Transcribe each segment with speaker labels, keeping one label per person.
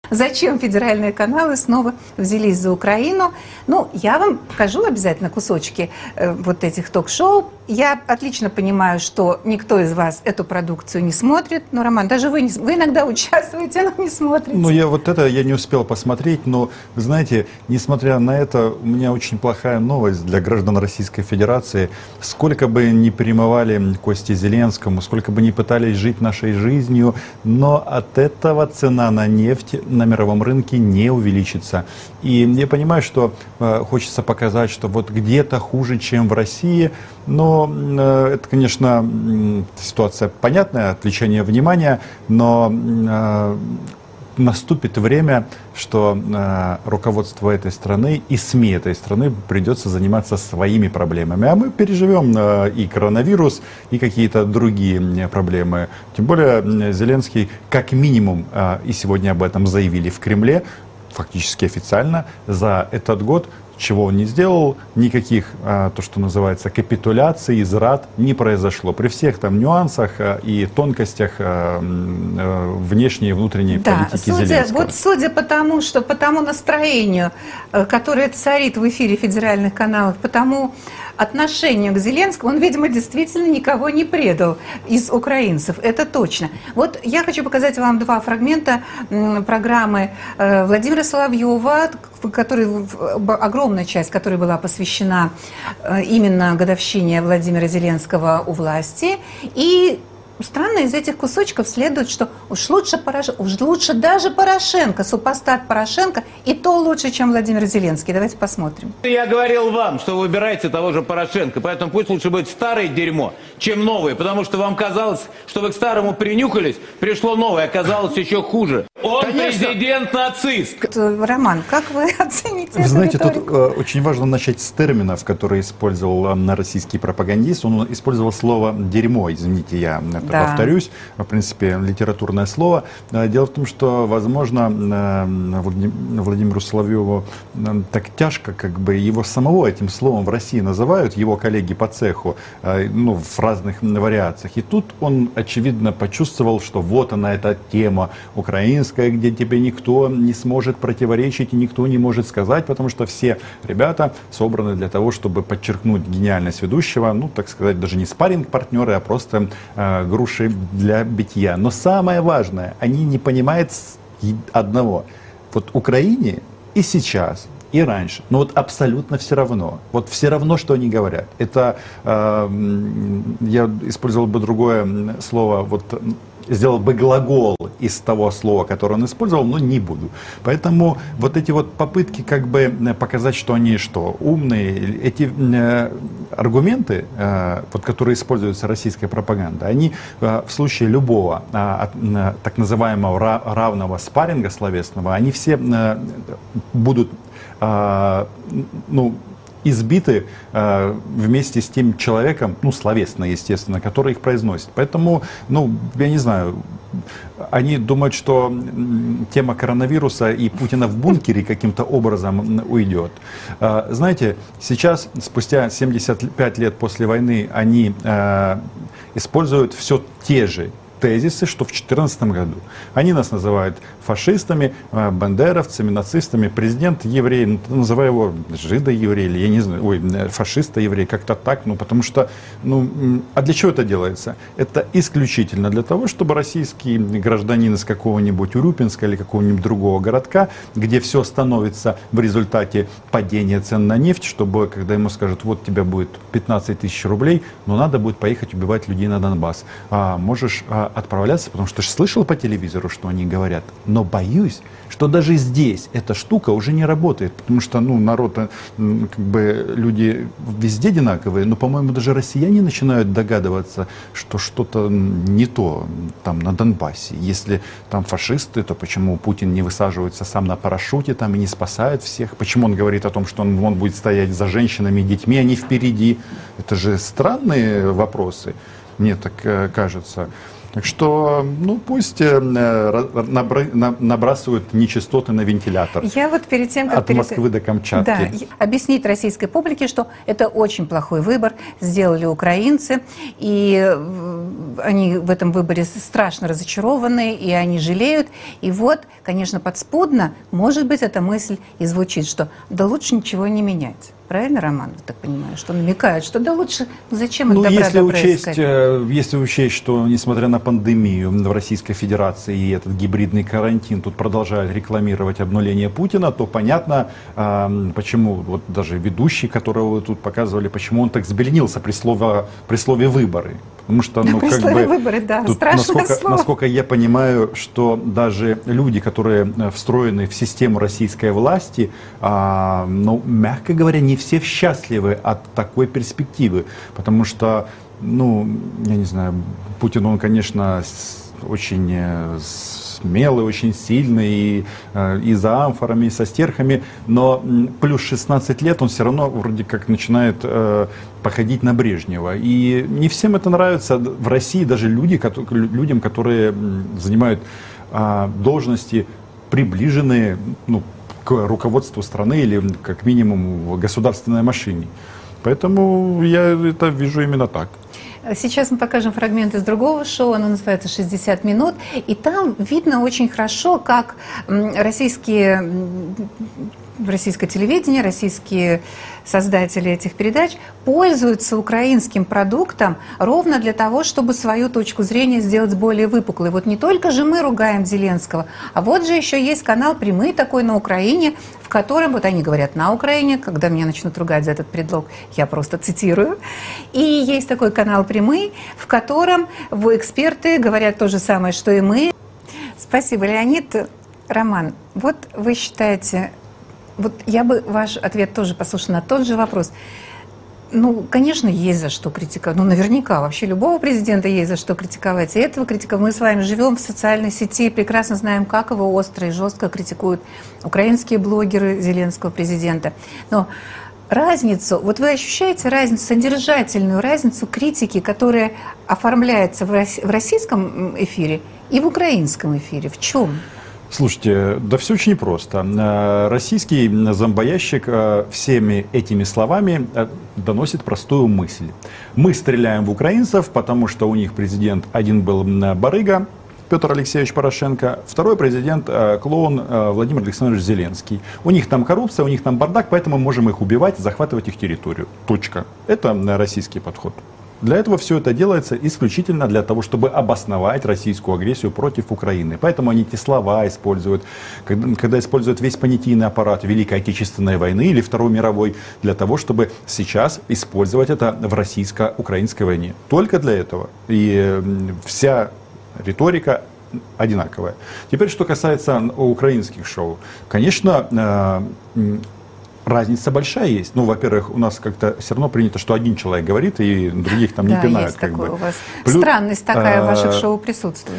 Speaker 1: Зачем федеральные каналы снова взялись за Украину? Ну, я вам покажу обязательно кусочки вот этих ток-шоу. Я отлично понимаю, что никто из вас эту продукцию не смотрит. Ну, Роман, даже вы иногда участвуете, но не смотрите.
Speaker 2: Ну, я не успел посмотреть, но, вы знаете, несмотря на это, у меня очень плохая новость для граждан Российской Федерации. Сколько бы ни перемывали кости Зеленскому, сколько бы ни пытались жить нашей жизнью, но от этого цена на нефть на мировом рынке не увеличится. И я понимаю, что хочется показать, что вот где-то хуже, чем в России, но это, конечно, ситуация понятная, отвлечение внимания, но наступит время, что руководство этой страны и СМИ этой страны придется заниматься своими проблемами. А мы переживем и коронавирус, и какие-то другие проблемы. Тем более Зеленский, как минимум, и сегодня об этом заявили в Кремле, фактически официально, за этот год, чего он не сделал, никаких, то, что называется, капитуляций, зрад не произошло. При всех там нюансах и тонкостях внешней и внутренней политики Зеленского.
Speaker 1: Вот судя по тому настроению, которое царит в эфире федеральных каналов, по тому отношению к Зеленскому, он, видимо, действительно никого не предал из украинцев, это точно. Вот я хочу показать вам два фрагмента программы Владимира Соловьева, огромная часть которой была посвящена именно годовщине Владимира Зеленского у власти. И странно, из этих кусочков следует, что уж лучше даже Порошенко, супостат Порошенко, и то лучше, чем Владимир Зеленский. Давайте посмотрим.
Speaker 3: Я говорил вам, что вы выбираете того же Порошенко, поэтому пусть лучше будет старое дерьмо, чем новое, потому что вам казалось, что вы к старому принюхались, пришло новое, оказалось еще хуже. Он президент-нацист.
Speaker 1: Роман, как вы оцените
Speaker 2: Вы знаете,
Speaker 1: эту
Speaker 2: тут очень важно начать с терминов, которые использовал российский пропагандист. Он использовал слово «дерьмо», извините, я повторюсь, в принципе, литературное слово. Дело в том, что, возможно, Владимиру Соловьеву так тяжко, как бы его самого этим словом в России называют, его коллеги по цеху, ну, в разных вариациях. И тут он, очевидно, почувствовал, что вот она, эта тема украинская, где тебе никто не сможет противоречить и никто не может сказать, потому что все ребята собраны для того, чтобы подчеркнуть гениальность ведущего, ну, так сказать, даже не спарринг-партнеры, а просто груши для битья. Но самое важное, они не понимают одного. Вот Украине и сейчас, и раньше, но вот абсолютно все равно. Вот все равно, что они говорят. Это, я использовал бы другое слово, вот сделал бы глагол из того слова, которое он использовал, но не буду. Поэтому вот эти вот попытки как бы показать, что они умные, эти аргументы, вот, которые используются российской пропагандой, они в случае любого так называемого равного спарринга словесного, они все будут избиты вместе с тем человеком, ну, словесно, естественно, который их произносит. Поэтому, я не знаю, они думают, что тема коронавируса и Путина в бункере каким-то образом уйдет. Знаете, сейчас, спустя 75 лет после войны, они используют все те же тезисы, что в 2014 году. Они нас называют фашистами, бандеровцами, нацистами. Президент еврей, называю его жидо-еврей, или я не знаю, фашиста-еврей, как-то так, потому что, а для чего это делается? Это исключительно для того, чтобы российский гражданин из какого-нибудь Урюпинска или какого-нибудь другого городка, где все становится в результате падения цен на нефть, чтобы, когда ему скажут, вот тебе будет 15 тысяч рублей, но надо будет поехать убивать людей на Донбасс. Можешь отправляться, потому что слышал по телевизору, что они говорят. Но боюсь, что даже здесь эта штука уже не работает, потому что, народ, как бы люди везде одинаковые, но, по-моему, даже россияне начинают догадываться, что что-то не то там на Донбассе. Если там фашисты, то почему Путин не высаживается сам на парашюте там и не спасает всех? Почему он говорит о том, что он будет стоять за женщинами и детьми, а не впереди? Это же странные вопросы, мне так кажется. Так что, ну, пусть набрасывают нечистоты на вентилятор.
Speaker 1: Я вот перед тем, как...
Speaker 2: От Москвы до Камчатки.
Speaker 1: Да, объяснить российской публике, что это очень плохой выбор, сделали украинцы, и они в этом выборе страшно разочарованы, и они жалеют. И вот, конечно, подспудно, может быть, эта мысль и звучит, что да лучше ничего не менять. Правильно, Роман, я так понимаю, что намекают, что да лучше, зачем это
Speaker 2: если учесть, что несмотря на пандемию в Российской Федерации и этот гибридный карантин тут продолжают рекламировать обнуление Путина, то понятно, почему вот даже ведущий, которого вы тут показывали, почему он так взбеленился при слове «выборы». Потому что, ну, как бы,
Speaker 1: выборы, да,
Speaker 2: тут, насколько я понимаю, что даже люди, которые встроены в систему российской власти, ну, мягко говоря, не все счастливы от такой перспективы. Потому что, ну, я не знаю, Путин, он, конечно, очень смелый, очень сильный, и за амфорами, и со стерхами, но плюс 16 лет он все равно вроде как начинает походить на Брежнева. И не всем это нравится в России, даже людям, которые занимают должности, приближенные, ну, к руководству страны или как минимум в государственной машине. Поэтому я это вижу именно так.
Speaker 1: Сейчас мы покажем фрагмент из другого шоу, оно называется «60 минут», и там видно очень хорошо, как российское телевидение, российские создатели этих передач пользуются украинским продуктом ровно для того, чтобы свою точку зрения сделать более выпуклой. Вот не только же мы ругаем Зеленского, а вот же еще есть канал «Прямые» такой на Украине, в котором, вот они говорят на Украине, когда меня начнут ругать за этот предлог, я просто цитирую. И есть такой канал «Прямые», в котором эксперты говорят то же самое, что и мы. Спасибо, Леонид. Роман, вот вы считаете... Вот я бы ваш ответ тоже послушала на тот же вопрос. Ну, конечно, есть за что критиковать. Ну, наверняка, вообще любого президента есть за что критиковать. И этого критика. Мы с вами живем в социальной сети, прекрасно знаем, как его остро и жестко критикуют украинские блогеры Зеленского президента. Но разницу, вот вы ощущаете разницу, содержательную разницу критики, которая оформляется в российском эфире и в украинском эфире? В чем?
Speaker 2: Слушайте, да все очень просто. Российский зомбоящик всеми этими словами доносит простую мысль. Мы стреляем в украинцев, потому что у них президент один был барыга, Петр Алексеевич Порошенко, второй президент клоун Владимир Александрович Зеленский. У них там коррупция, у них там бардак, поэтому мы можем их убивать, захватывать их территорию. Точка. Это российский подход. Для этого все это делается исключительно для того, чтобы обосновать российскую агрессию против Украины. Поэтому они эти слова используют, когда используют весь понятийный аппарат Великой Отечественной войны или Второй мировой, для того, чтобы сейчас использовать это в российско-украинской войне. Только для этого. И вся риторика одинаковая. Теперь, что касается украинских шоу. Конечно, разница большая есть. Ну, во-первых, у нас как-то все равно принято, что один человек говорит, и других там не пинают.
Speaker 1: Есть такое у вас. Странность такая в ваших шоу присутствует.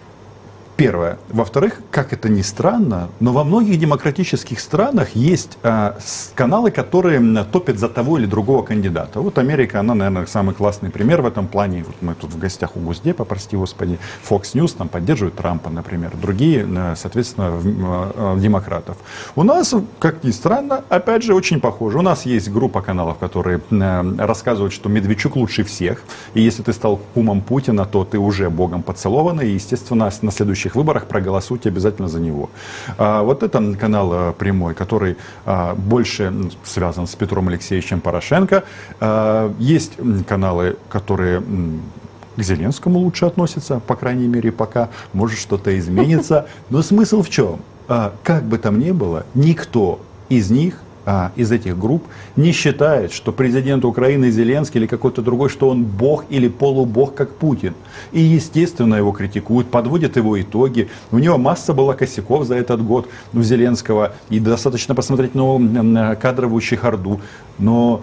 Speaker 2: Первое. Во-вторых, как это ни странно, но во многих демократических странах есть каналы, которые топят за того или другого кандидата. Вот Америка, она, наверное, самый классный пример в этом плане. Вот мы тут в гостях у Госдепа, прости господи, Fox News там поддерживает Трампа, например. Другие, соответственно, демократов. У нас, как ни странно, опять же, очень похоже. У нас есть группа каналов, которые рассказывают, что Медведчук лучше всех. И если ты стал кумом Путина, то ты уже богом поцелованный. И, естественно, на следующих выборах проголосуйте обязательно за него. Вот это канал «Прямой», который больше связан с Петром Алексеевичем Порошенко. Есть каналы, которые к Зеленскому лучше относятся, по крайней мере, пока. Может, что-то изменится. Но смысл в чем? Как бы там ни было, никто из них, из этих групп, не считает, что президент Украины Зеленский или какой-то другой, что он бог или полубог, как Путин. И, естественно, его критикуют, подводят его итоги. У него масса была косяков за этот год у Зеленского. И достаточно посмотреть на кадровую чехарду. Но,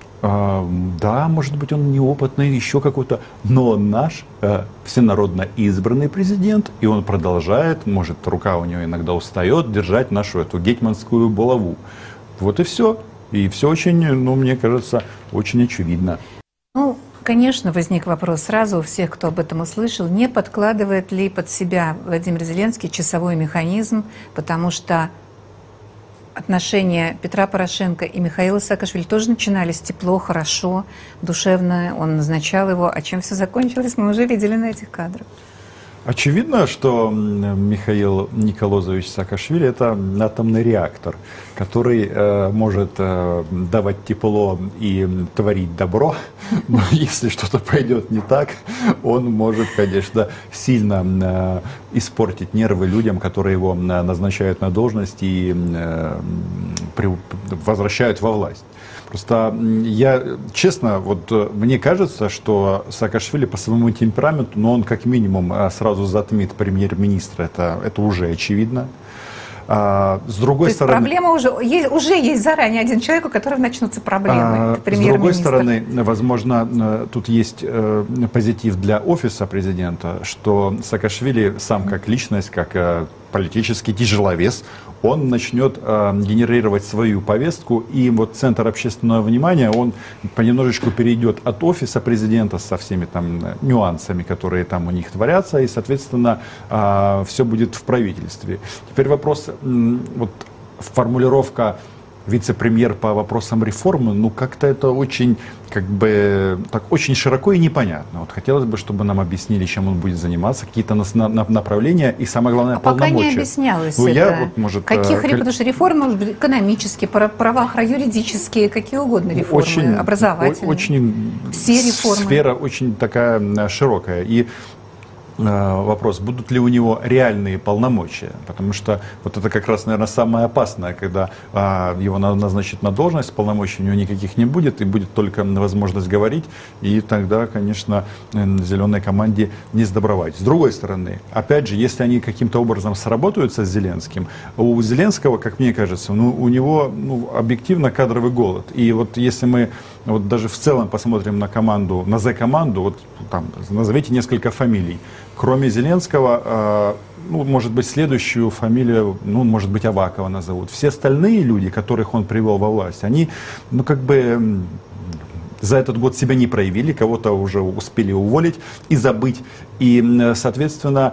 Speaker 2: да, может быть, он неопытный, еще какой-то. Но он наш всенародно избранный президент. И он продолжает, может, рука у него иногда устает, держать нашу эту гетьманскую булаву. Вот и все. И все очень, ну, мне кажется, очень очевидно.
Speaker 1: Ну, Конечно, возник вопрос сразу у всех, кто об этом услышал, не подкладывает ли под себя Владимир Зеленский часовой механизм, потому что отношения Петра Порошенко и Михаила Саакашвили тоже начинались тепло, хорошо, душевно, он назначал его, а чем все закончилось, мы уже видели на этих кадрах.
Speaker 2: Очевидно, что Михаил Николозович Саакашвили – это атомный реактор, который может давать тепло и творить добро, но если что-то пойдет не так, он может, конечно, сильно испортить нервы людям, которые его назначают на должность и возвращают во власть. Просто я, честно, вот мне кажется, что Саакашвили по своему темпераменту, но он как минимум сразу затмит премьер-министра, это уже очевидно. С другой стороны,
Speaker 1: проблема уже есть заранее один человек, у которого начнутся проблемы.
Speaker 2: С другой стороны, возможно, тут есть позитив для офиса президента, что Саакашвили сам как личность, как политический тяжеловес, он начнет генерировать свою повестку, и вот центр общественного внимания, он понемножечку перейдет от офиса президента со всеми там нюансами, которые там у них творятся, и, соответственно, все будет в правительстве. Теперь вопрос, вот формулировка вице-премьер по вопросам реформы, ну как-то это очень, как бы, так очень широко и непонятно. Вот хотелось бы, чтобы нам объяснили, чем он будет заниматься, какие-то направления и, самое главное, полномочия.
Speaker 1: Пока не объяснялось
Speaker 2: ну,
Speaker 1: это.
Speaker 2: Я, вот, может,
Speaker 1: потому что реформы может быть экономические, юридические, какие угодно реформы,
Speaker 2: очень,
Speaker 1: образовательные.
Speaker 2: Очень,
Speaker 1: все реформы.
Speaker 2: Сфера очень такая широкая. И вопрос, будут ли у него реальные полномочия, потому что вот это как раз, наверное, самое опасное, когда его назначат на должность, полномочий у него никаких не будет, и будет только возможность говорить, и тогда, конечно, зеленой команде не сдобровать. С другой стороны, опять же, если они каким-то образом сработаются с Зеленским, у Зеленского, как мне кажется, у него объективно кадровый голод, и вот если мы вот даже в целом посмотрим на команду, на З-команду, вот там назовите несколько фамилий. Кроме Зеленского, может быть, следующую фамилию, может быть, Авакова назовут. Все остальные люди, которых он привел во власть, они, как бы за этот год себя не проявили, кого-то уже успели уволить и забыть. И, соответственно,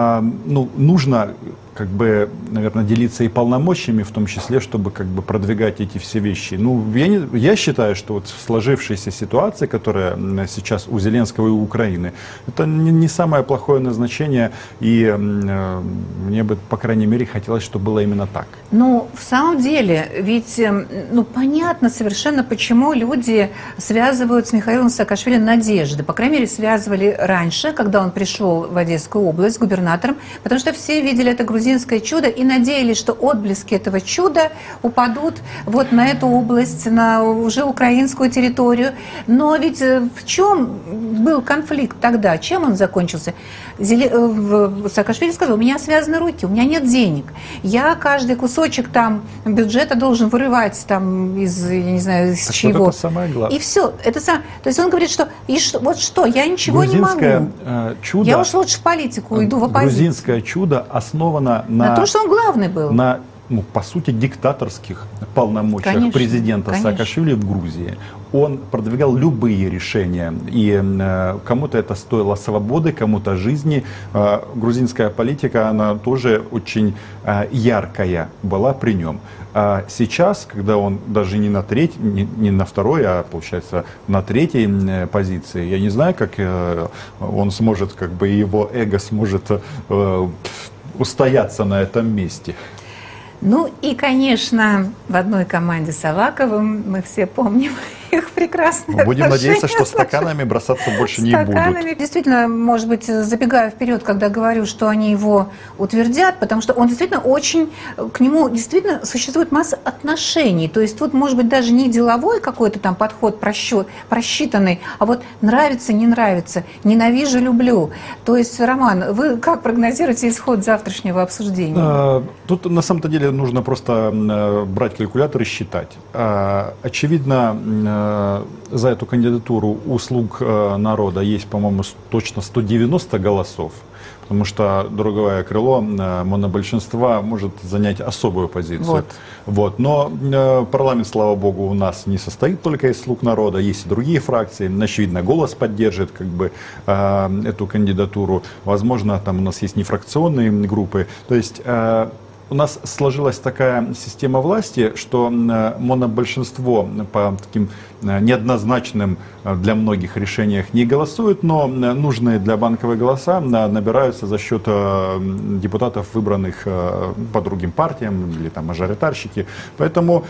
Speaker 2: нужно, как бы, наверное, делиться и полномочиями, в том числе, чтобы, как бы, продвигать эти все вещи. Я считаю, что вот в сложившейся ситуации, которая сейчас у Зеленского и у Украины, это не самое плохое назначение, и мне бы, по крайней мере, хотелось, чтобы было именно так.
Speaker 1: В самом деле, ведь, понятно совершенно, почему люди связывают с Михаилом Саакашвили надежды. По крайней мере, связывали раньше, когда он пришел в Одесскую область губернатором, потому что все видели это грузинское чудо и надеялись, что отблески этого чуда упадут вот на эту область, на уже украинскую территорию. Но ведь в чем был конфликт тогда? Чем он закончился? Саакашвили сказал: у меня связаны руки, у меня нет денег. Я каждый кусочек там бюджета должен вырывать там из, я не знаю, из чего.
Speaker 2: Вот это самое главное.
Speaker 1: И все. То есть он говорит, что вот что, я ничего не могу.
Speaker 2: Чудо,
Speaker 1: я уж лучше в политику уйду, в оппозицию.
Speaker 2: Грузинское чудо основано
Speaker 1: на то, что он главный был.
Speaker 2: На, по сути, диктаторских полномочиях президента Саакашвили в Грузии. Он продвигал любые решения, и кому-то это стоило свободы, кому-то жизни. Грузинская политика, она тоже очень яркая была при нем. А сейчас, когда он даже не на второй, а, получается, на третьей позиции, я не знаю, как он сможет, как бы его эго сможет устояться на этом месте.
Speaker 1: И, конечно, в одной команде с Аваковым, мы все помним их прекрасные
Speaker 2: Будем
Speaker 1: отношения.
Speaker 2: надеяться, что стаканами бросаться больше не будут.
Speaker 1: Действительно, может быть, забегаю вперед, когда говорю, что они его утвердят, потому что он действительно к нему действительно существует масса отношений. То есть тут, может быть, даже не деловой какой-то там подход просчитанный, а вот нравится, не нравится, ненавижу, люблю. То есть, Роман, вы как прогнозируете исход завтрашнего обсуждения?
Speaker 2: Тут на самом-то деле нужно просто брать калькулятор и считать. Очевидно, за эту кандидатуру у «Слуг народа» есть, по-моему, точно 190 голосов. потому что другое крыло монобольшинства может занять особую позицию. Вот. Но парламент, слава богу, у нас не состоит только из слуг народа, есть и другие фракции. Очевидно, «Голос» поддержит эту кандидатуру. Возможно, там у нас есть нефракционные группы. То есть у нас сложилась такая система власти, что монобольшинство по таким неоднозначным для многих решениях не голосует, но нужные для банковые голоса набираются за счет депутатов, выбранных по другим партиям или там мажоритарщики. Поэтому,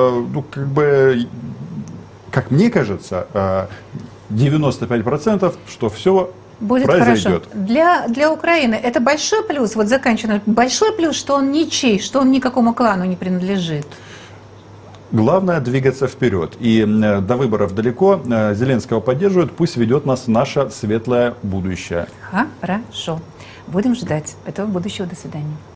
Speaker 2: как мне кажется, 95%, что все
Speaker 1: будет
Speaker 2: произойдет.
Speaker 1: Хорошо. Для Украины это большой плюс, вот заканчивая, большой плюс, что он ничей, что он никакому клану не принадлежит.
Speaker 2: Главное двигаться вперед. И до выборов далеко. Зеленского поддерживают, пусть ведет нас в наше светлое будущее.
Speaker 1: Хорошо. Будем ждать этого будущего. До свидания.